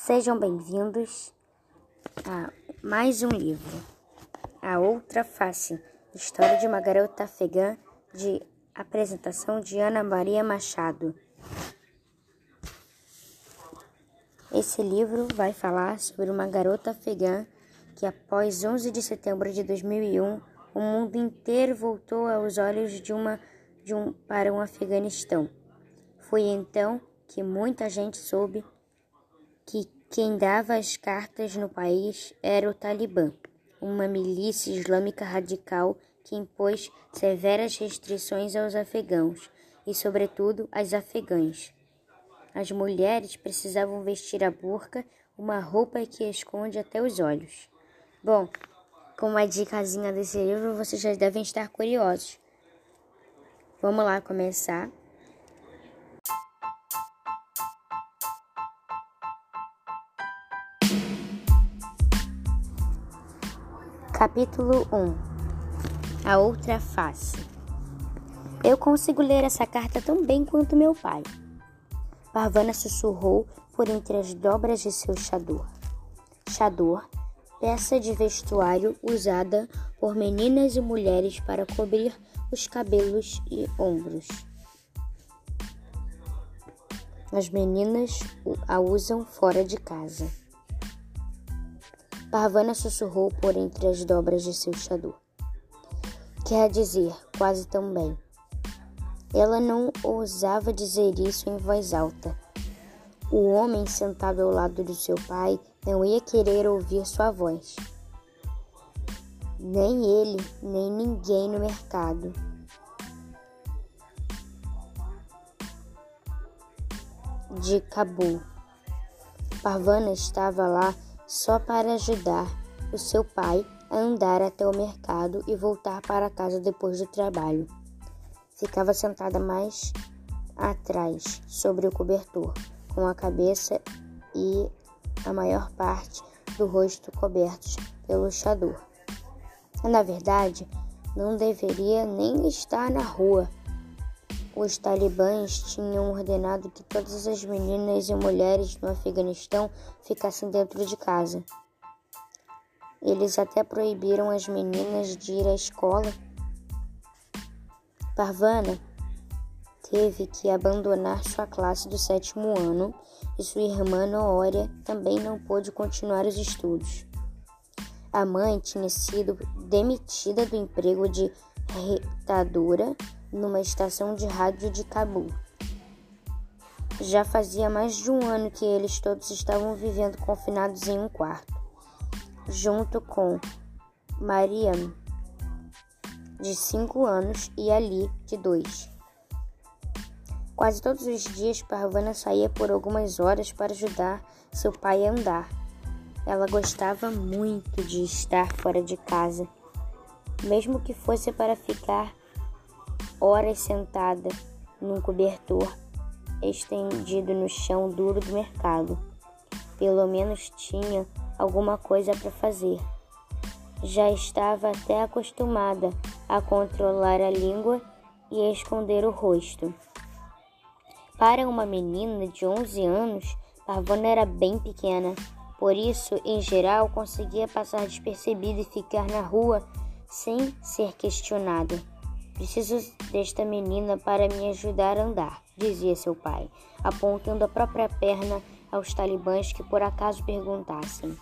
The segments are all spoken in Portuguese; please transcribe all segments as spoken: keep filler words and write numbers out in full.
Sejam bem-vindos a mais um livro, A Outra Face, História de uma Garota Afegã, de apresentação de Ana Maria Machado. Esse livro vai falar sobre uma garota afegã que, após onze de setembro de dois mil e um, o mundo inteiro voltou aos olhos de uma, de um, para um Afeganistão. Foi então que muita gente soube que quem dava as cartas no país era o Talibã, uma milícia islâmica radical que impôs severas restrições aos afegãos e, sobretudo, às afegãs. As mulheres precisavam vestir a burca, uma roupa que esconde até os olhos. Bom, com uma dicasinha desse livro, vocês já devem estar curiosos. Vamos lá começar. Capítulo um. A Outra Face. Eu consigo ler essa carta tão bem quanto meu pai. Parvana sussurrou por entre as dobras de seu chador. Chador, peça de vestuário usada por meninas e mulheres para cobrir os cabelos e ombros. As meninas a usam fora de casa. Parvana sussurrou por entre as dobras de seu chador. Quer dizer, quase tão bem. Ela não ousava dizer isso em voz alta. O homem sentado ao lado do seu pai não ia querer ouvir sua voz. Nem ele, nem ninguém no mercado. De Cabul. Parvana estava lá só para ajudar o seu pai a andar até o mercado e voltar para casa depois do trabalho. Ficava sentada mais atrás, sobre o cobertor, com a cabeça e a maior parte do rosto cobertos pelo chador. Na verdade, não deveria nem estar na rua. Os talibãs tinham ordenado que todas as meninas e mulheres no Afeganistão ficassem dentro de casa. Eles até proibiram as meninas de ir à escola. Parvana teve que abandonar sua classe do sétimo ano e sua irmã Noória também não pôde continuar os estudos. A mãe tinha sido demitida do emprego de retadora numa estação de rádio de Cabul. Já fazia mais de um ano que eles todos estavam vivendo confinados em um quarto, junto com Mariam, de cinco anos, e Ali, de dois. Quase todos os dias, Parvana saía por algumas horas para ajudar seu pai a andar. Ela gostava muito de estar fora de casa, mesmo que fosse para ficar horas sentada num cobertor estendido no chão duro do mercado. Pelo menos tinha alguma coisa para fazer. Já estava até acostumada a controlar a língua e a esconder o rosto. Para uma menina de onze anos, Parvana era bem pequena. Por isso, em geral, conseguia passar despercebida e ficar na rua sem ser questionada. Preciso desta menina para me ajudar a andar, dizia seu pai, apontando a própria perna aos talibãs que por acaso perguntassem.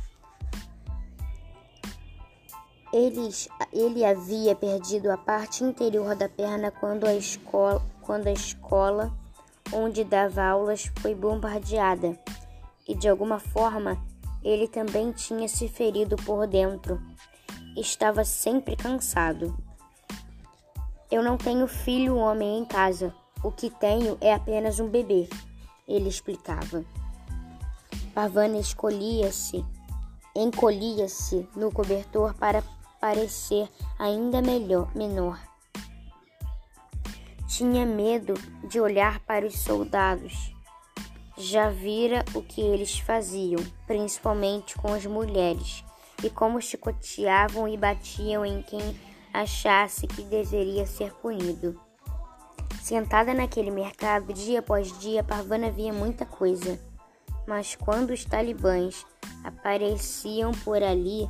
Eles, ele havia perdido a parte interior da perna quando a escola, quando a escola onde dava aulas foi bombardeada, e de alguma forma ele também tinha se ferido por dentro. Estava sempre cansado. Eu não tenho filho homem em casa. O que tenho é apenas um bebê, ele explicava. Parvana escolhia-se, encolhia-se no cobertor para parecer ainda melhor, menor. Tinha medo de olhar para os soldados. Já vira o que eles faziam, principalmente com as mulheres, e como chicoteavam e batiam em quem achasse que deveria ser punido. Sentada naquele mercado, dia após dia, Parvana via muita coisa. Mas quando os talibãs apareciam por ali,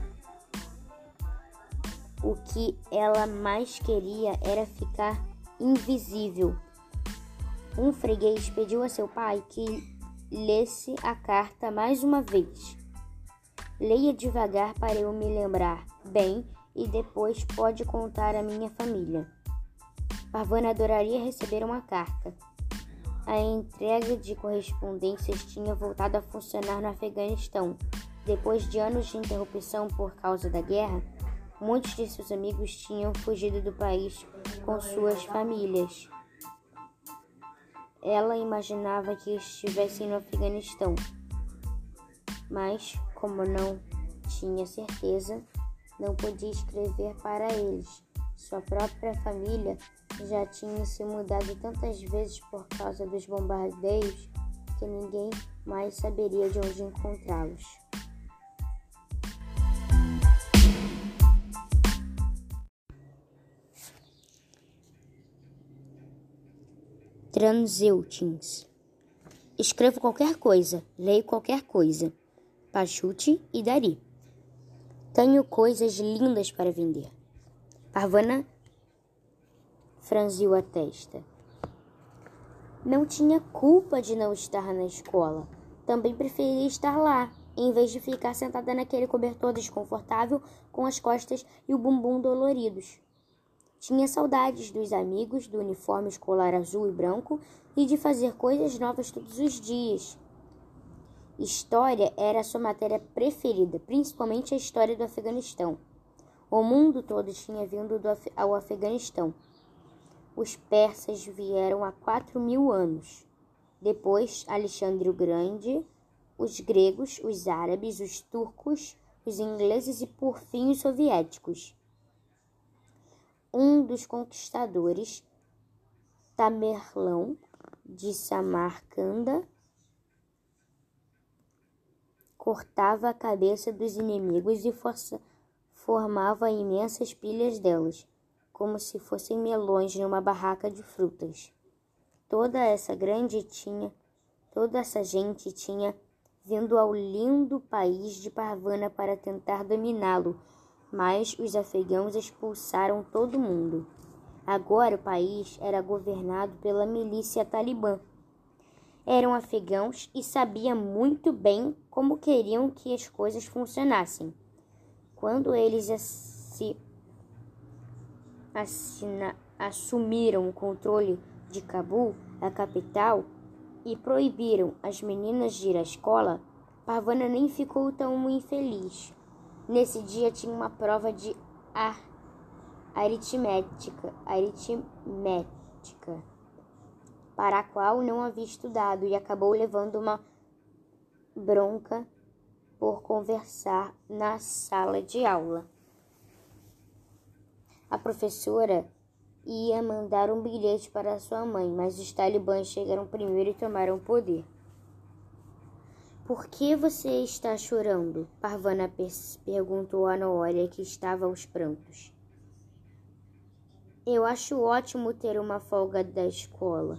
o que ela mais queria era ficar invisível. Um freguês pediu a seu pai que lesse a carta mais uma vez. Leia devagar para eu me lembrar bem e depois pode contar à minha família. Parvana adoraria receber uma carta. A entrega de correspondências tinha voltado a funcionar no Afeganistão. Depois de anos de interrupção por causa da guerra, muitos de seus amigos tinham fugido do país com suas famílias. Ela imaginava que estivessem no Afeganistão, mas, como não tinha certeza, não podia escrever para eles. Sua própria família já tinha se mudado tantas vezes por causa dos bombardeios que ninguém mais saberia de onde encontrá-los. Transeutins. Escrevo qualquer coisa, leio qualquer coisa. Pachuti e Dari. Tenho coisas lindas para vender. Parvana franziu a testa. Não tinha culpa de não estar na escola. Também preferia estar lá, em vez de ficar sentada naquele cobertor desconfortável com as costas e o bumbum doloridos. Tinha saudades dos amigos, do uniforme escolar azul e branco e de fazer coisas novas todos os dias. História era sua matéria preferida, principalmente a história do Afeganistão. O mundo todo tinha vindo do Af- ao Afeganistão. Os persas vieram há quatro mil anos. Depois, Alexandre o Grande, os gregos, os árabes, os turcos, os ingleses e, por fim, os soviéticos. Um dos conquistadores, Tamerlão, de Samarcanda, cortava a cabeça dos inimigos e força, formava imensas pilhas delas, como se fossem melões numa barraca de frutas. Toda essa grande tinha, toda essa gente tinha vindo ao lindo país de Parvana para tentar dominá-lo, mas os afegãos expulsaram todo mundo. Agora o país era governado pela milícia talibã. Eram afegãos e sabiam muito bem como queriam que as coisas funcionassem. Quando eles assi- assina- assumiram o controle de Cabul, a capital, e proibiram as meninas de ir à escola, Parvana nem ficou tão infeliz. Nesse dia tinha uma prova de ar- aritmética, aritmética, para a qual não havia estudado e acabou levando uma bronca por conversar na sala de aula. A professora ia mandar um bilhete para sua mãe, mas os talibãs chegaram primeiro e tomaram o poder. Por que você está chorando? Parvana perguntou a Noória, que estava aos prantos. Eu acho ótimo ter uma folga da escola.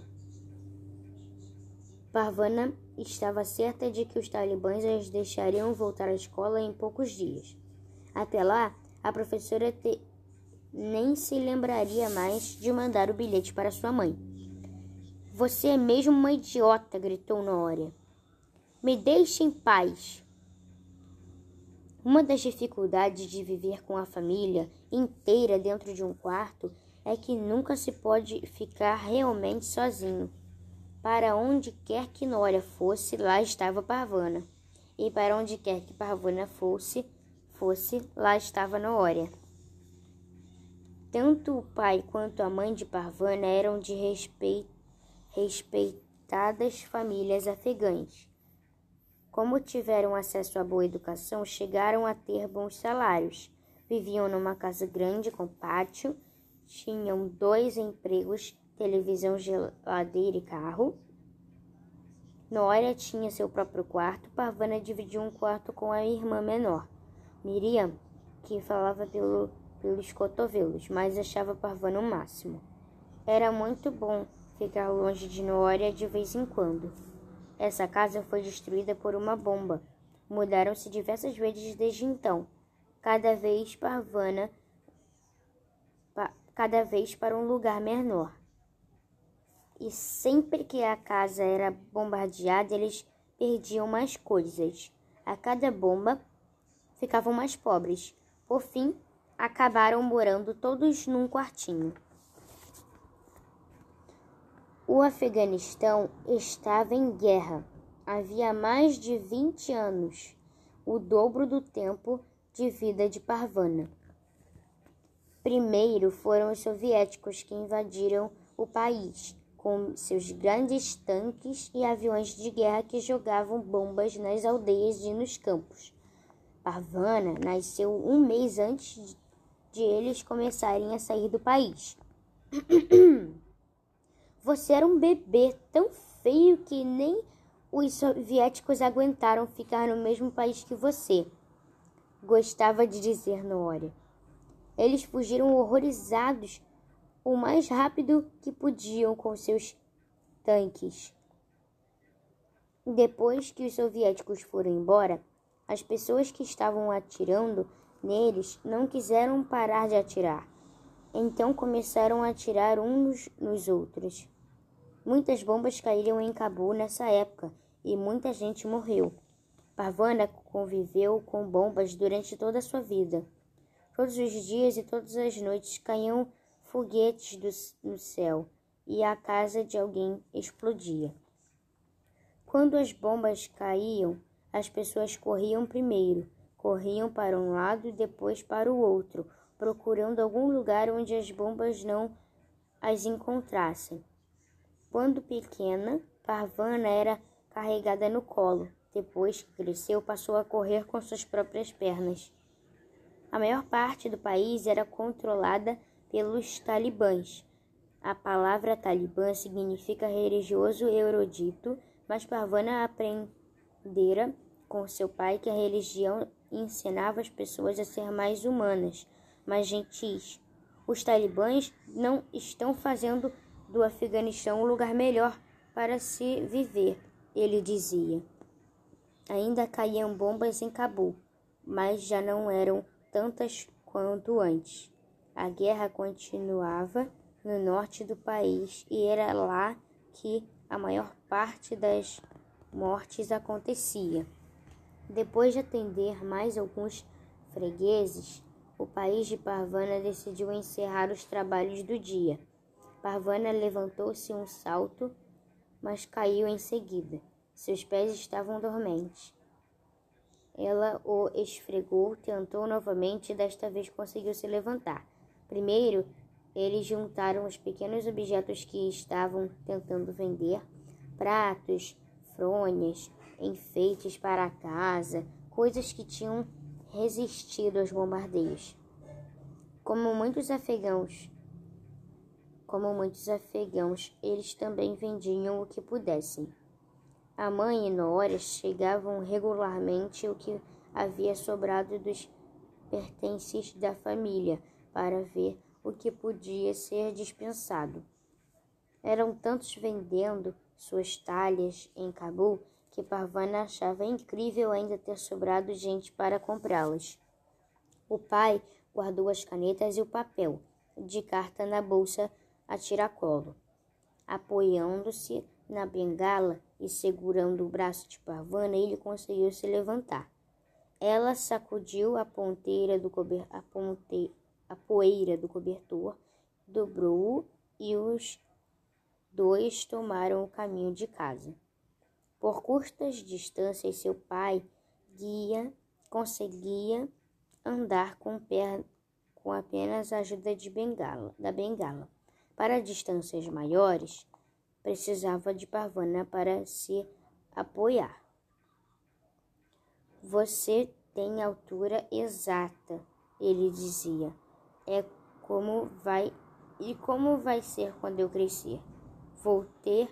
Parvana estava certa de que os talibãs as deixariam voltar à escola em poucos dias. Até lá, a professora te... nem se lembraria mais de mandar o bilhete para sua mãe. Você é mesmo uma idiota, gritou Noória. Me deixe em paz. Uma das dificuldades de viver com a família inteira dentro de um quarto é que nunca se pode ficar realmente sozinho. Para onde quer que Noória fosse, lá estava Parvana. E para onde quer que Parvana fosse, fosse lá estava Noória. Tanto o pai quanto a mãe de Parvana eram de respeito, respeitadas famílias afegãs. Como tiveram acesso à boa educação, chegaram a ter bons salários. Viviam numa casa grande com pátio, tinham dois empregos, televisão, geladeira e carro. Noória tinha seu próprio quarto. Parvana dividia um quarto com a irmã menor, Miriam, que falava pelo, pelos cotovelos, mas achava Parvana o máximo. Era muito bom ficar longe de Noória de vez em quando. Essa casa foi destruída por uma bomba. Mudaram-se diversas vezes desde então, cada vez Parvana, pa, cada vez para um lugar menor. E sempre que a casa era bombardeada, eles perdiam mais coisas. A cada bomba, ficavam mais pobres. Por fim, acabaram morando todos num quartinho. O Afeganistão estava em guerra havia mais de vinte anos, o dobro do tempo de vida de Parvana. Primeiro foram os soviéticos que invadiram o país, com seus grandes tanques e aviões de guerra que jogavam bombas nas aldeias e nos campos. Parvana nasceu um mês antes de eles começarem a sair do país. Você era um bebê tão feio que nem os soviéticos aguentaram ficar no mesmo país que você, gostava de dizer Noora. Eles fugiram horrorizados o mais rápido que podiam com seus tanques. Depois que os soviéticos foram embora, as pessoas que estavam atirando neles não quiseram parar de atirar. Então começaram a atirar uns nos outros. Muitas bombas caíram em Cabul nessa época e muita gente morreu. Parvana conviveu com bombas durante toda a sua vida. Todos os dias e todas as noites caíam foguetes do, no céu e a casa de alguém explodia. Quando as bombas caíam, as pessoas corriam primeiro, corriam para um lado e depois para o outro, procurando algum lugar onde as bombas não as encontrassem. Quando pequena, Parvana era carregada no colo. Depois que cresceu, passou a correr com suas próprias pernas. A maior parte do país era controlada pelos talibãs. A palavra talibã significa religioso erudito, mas Parvana aprendera com seu pai que a religião ensinava as pessoas a ser mais humanas, mais gentis. Os talibãs não estão fazendo do Afeganistão um lugar melhor para se viver, ele dizia. Ainda caíam bombas em Cabul, mas já não eram tantas quanto antes. A guerra continuava no norte do país e era lá que a maior parte das mortes acontecia. Depois de atender mais alguns fregueses, o país de Parvana decidiu encerrar os trabalhos do dia. Parvana levantou-se um salto, mas caiu em seguida. Seus pés estavam dormentes. Ela o esfregou, tentou novamente e desta vez conseguiu se levantar. Primeiro, eles juntaram os pequenos objetos que estavam tentando vender, pratos, fronhas, enfeites para a casa, coisas que tinham resistido aos bombardeios. Como muitos afegãos, como muitos afegãos, eles também vendiam o que pudessem. A mãe e Noora chegavam regularmente o que havia sobrado dos pertences da família para ver o que podia ser dispensado. Eram tantos vendendo suas talhas em Cabul que Parvana achava incrível ainda ter sobrado gente para comprá-las. O pai guardou as canetas e o papel de carta na bolsa a tiracolo. Apoiando-se na bengala e segurando o braço de Parvana, ele conseguiu se levantar. Ela sacudiu a, ponteira do cober... a, ponte... a poeira do cobertor, dobrou-o e os dois tomaram o caminho de casa. Por curtas distâncias, seu pai, guia, conseguia andar com, per... com apenas a ajuda de bengala, da bengala. Para distâncias maiores, precisava de Parvana para se apoiar. Você tem a altura exata, ele dizia. É como vai e como vai ser quando eu crescer? Vou ter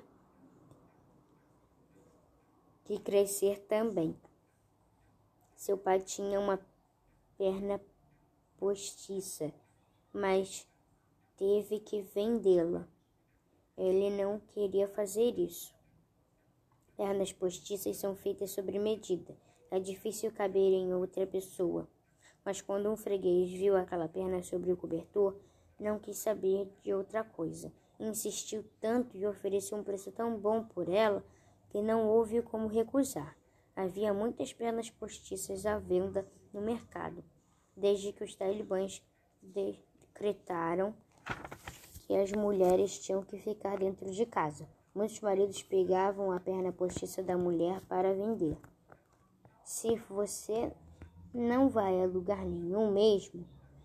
que crescer também. Seu pai tinha uma perna postiça, mas teve que vendê-la. Ele não queria fazer isso. Pernas postiças são feitas sobre medida. É difícil caber em outra pessoa. Mas quando um freguês viu aquela perna sobre o cobertor, não quis saber de outra coisa. Insistiu tanto e ofereceu um preço tão bom por ela que não houve como recusar. Havia muitas pernas postiças à venda no mercado, desde que os talibãs decretaram que as mulheres tinham que ficar dentro de casa. Muitos maridos pegavam a perna postiça da mulher para vender. Se você não vai a lugar nenhum mesmo,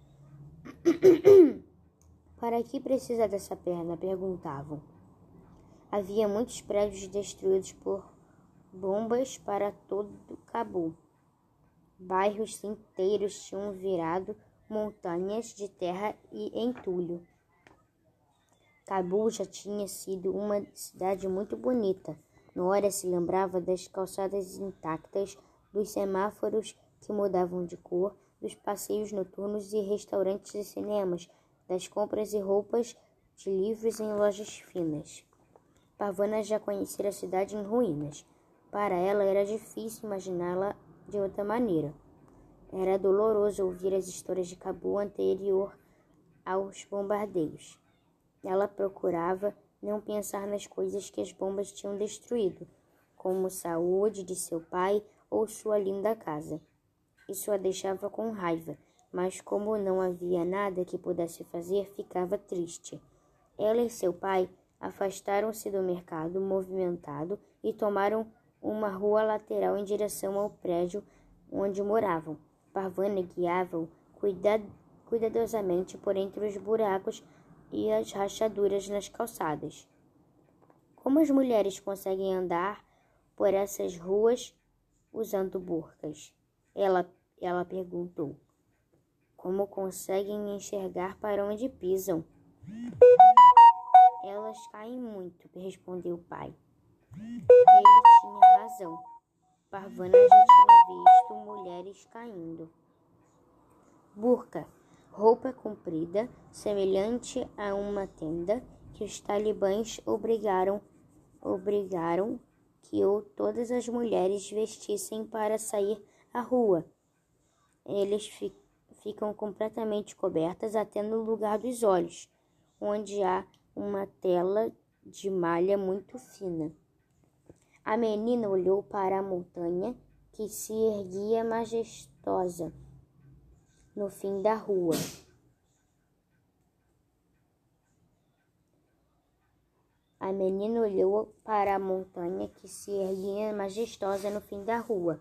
para que precisa dessa perna? Perguntavam. Havia muitos prédios destruídos por bombas para todo Cabul. Bairros inteiros tinham virado montanhas de terra e entulho. Cabul já tinha sido uma cidade muito bonita. Nora se lembrava das calçadas intactas, dos semáforos que mudavam de cor, dos passeios noturnos e restaurantes e cinemas, das compras e roupas de livros em lojas finas. Parvana já conhecia a cidade em ruínas. Para ela era difícil imaginá-la de outra maneira. Era doloroso ouvir as histórias de Cabul anterior aos bombardeios. Ela procurava não pensar nas coisas que as bombas tinham destruído, como a saúde de seu pai ou sua linda casa. Isso a deixava com raiva, mas como não havia nada que pudesse fazer, ficava triste. Ela e seu pai afastaram-se do mercado movimentado e tomaram uma rua lateral em direção ao prédio onde moravam. Parvana guiava-o cuida- cuidadosamente por entre os buracos e as rachaduras nas calçadas. Como as mulheres conseguem andar por essas ruas usando burcas? Ela, ela perguntou. Como conseguem enxergar para onde pisam? Elas caem muito, respondeu o pai. Ele tinha razão. Parvana já tinha visto mulheres caindo. Burca, roupa comprida, semelhante a uma tenda, que os talibãs obrigaram, obrigaram que ou todas as mulheres vestissem para sair à rua. Eles fi, ficam completamente cobertas até no lugar dos olhos, onde há uma tela de malha muito fina. A menina olhou para a montanha que se erguia majestosa no fim da rua. A menina olhou para a montanha que se erguia majestosa no fim da rua.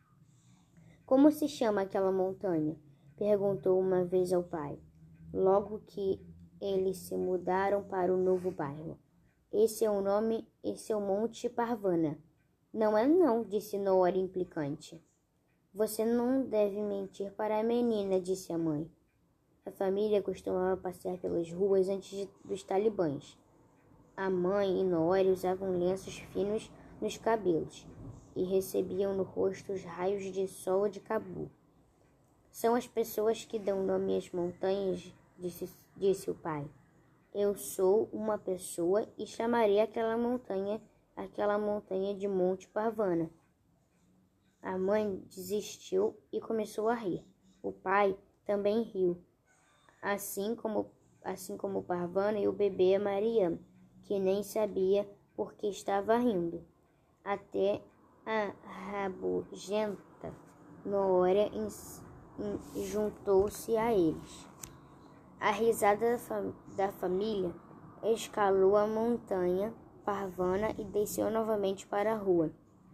Como se chama aquela montanha? Perguntou uma vez ao pai, logo que eles se mudaram para o novo bairro. Esse é o nome, esse é o Monte Parvana. Não é não, disse Nora implicante. Você não deve mentir para a menina, disse a mãe. A família costumava passear pelas ruas antes de, dos talibãs. A mãe e Nora usavam lenços finos nos cabelos e recebiam no rosto os raios de sol de Cabul. São as pessoas que dão nome às montanhas, disse, disse o pai. Eu sou uma pessoa e chamarei aquela montanha, aquela montanha de Monte Parvana. A mãe desistiu e começou a rir. O pai também riu, assim como, assim como Parvana e o bebê Mariam, que nem sabia por que estava rindo. Até a rabugenta Nora juntou-se a eles. A risada da, fam- da família escalou a montanha Parvana e desceu novamente para a rua.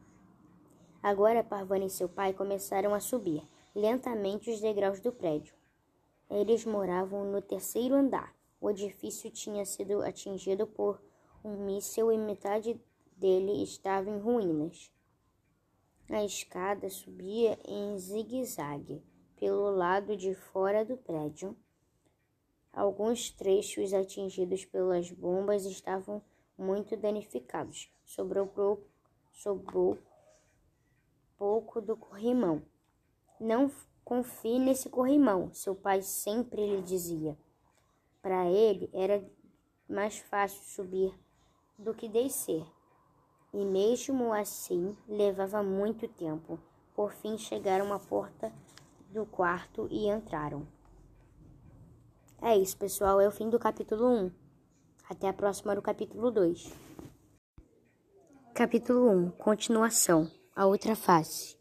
Agora Parvana e seu pai começaram a subir lentamente os degraus do prédio. Eles moravam no terceiro andar. O edifício tinha sido atingido por um míssil e metade dele estava em ruínas. A escada subia em zigue-zague pelo lado de fora do prédio. Alguns trechos atingidos pelas bombas estavam muito danificados. Sobrou, sobrou pouco do corrimão. Não confie nesse corrimão, seu pai sempre lhe dizia. Para ele era mais fácil subir do que descer. E mesmo assim, levava muito tempo. Por fim, chegaram à porta do quarto e entraram. É isso, pessoal. É o fim do capítulo um. Até a próxima do capítulo dois. Capítulo um. Continuação. A outra face.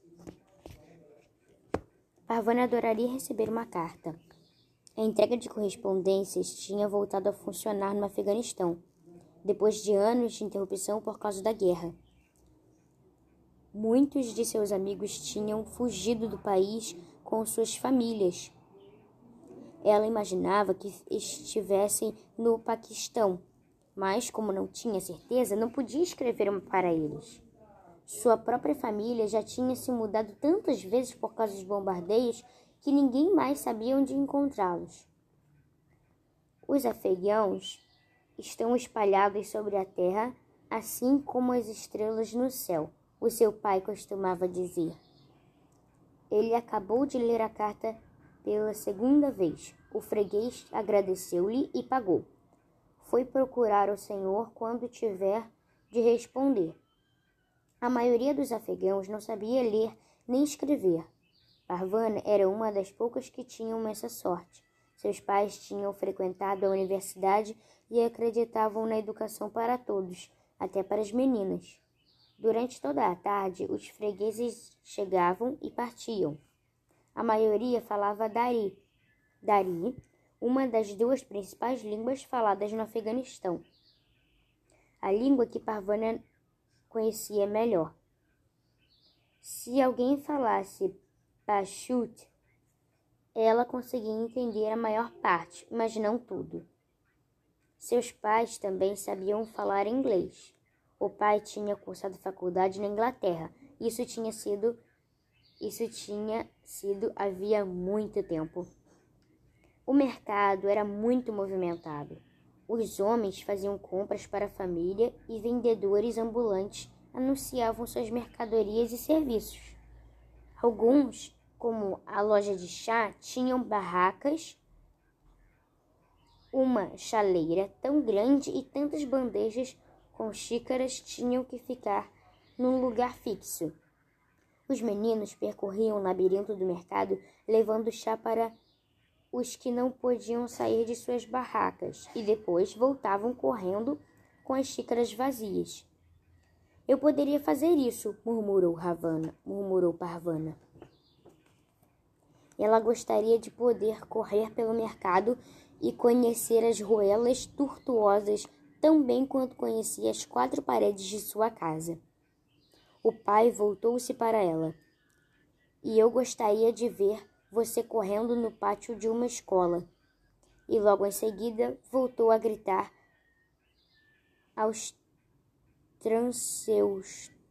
Parvana adoraria receber uma carta. A entrega de correspondências tinha voltado a funcionar no Afeganistão, depois de anos de interrupção por causa da guerra. Muitos de seus amigos tinham fugido do país com suas famílias. Ela imaginava que estivessem no Paquistão, mas, como não tinha certeza, não podia escrever para eles. Sua própria família já tinha se mudado tantas vezes por causa dos bombardeios que ninguém mais sabia onde encontrá-los. Os afegãos estão espalhados sobre a terra, assim como as estrelas no céu, o seu pai costumava dizer. Ele acabou de ler a carta pela segunda vez. O freguês agradeceu-lhe e pagou. Foi procurar o Senhor quando tiver de responder. A maioria dos afegãos não sabia ler nem escrever. Parvana era uma das poucas que tinham essa sorte. Seus pais tinham frequentado a universidade e acreditavam na educação para todos, até para as meninas. Durante toda a tarde, os fregueses chegavam e partiam. A maioria falava Dari. Dari, uma das duas principais línguas faladas no Afeganistão. A língua que Parvana conhecia melhor. Se alguém falasse Pashut, ela conseguia entender a maior parte, mas não tudo. Seus pais também sabiam falar inglês. O pai tinha cursado faculdade na Inglaterra. Isso tinha sido, isso tinha sido havia muito tempo. O mercado era muito movimentado. Os homens faziam compras para a família e vendedores ambulantes anunciavam suas mercadorias e serviços. Alguns, como a loja de chá, tinham barracas, uma chaleira tão grande e tantas bandejas com xícaras tinham que ficar num lugar fixo. Os meninos percorriam o labirinto do mercado levando chá para os que não podiam sair de suas barracas e depois voltavam correndo com as xícaras vazias. Eu poderia fazer isso, murmurou Ravana, murmurou Parvana. Ela gostaria de poder correr pelo mercado e conhecer as ruelas tortuosas tão bem quanto conhecia as quatro paredes de sua casa. O pai voltou-se para ela. E eu gostaria de ver você correndo no pátio de uma escola. E logo em seguida voltou a gritar aos transeuntes.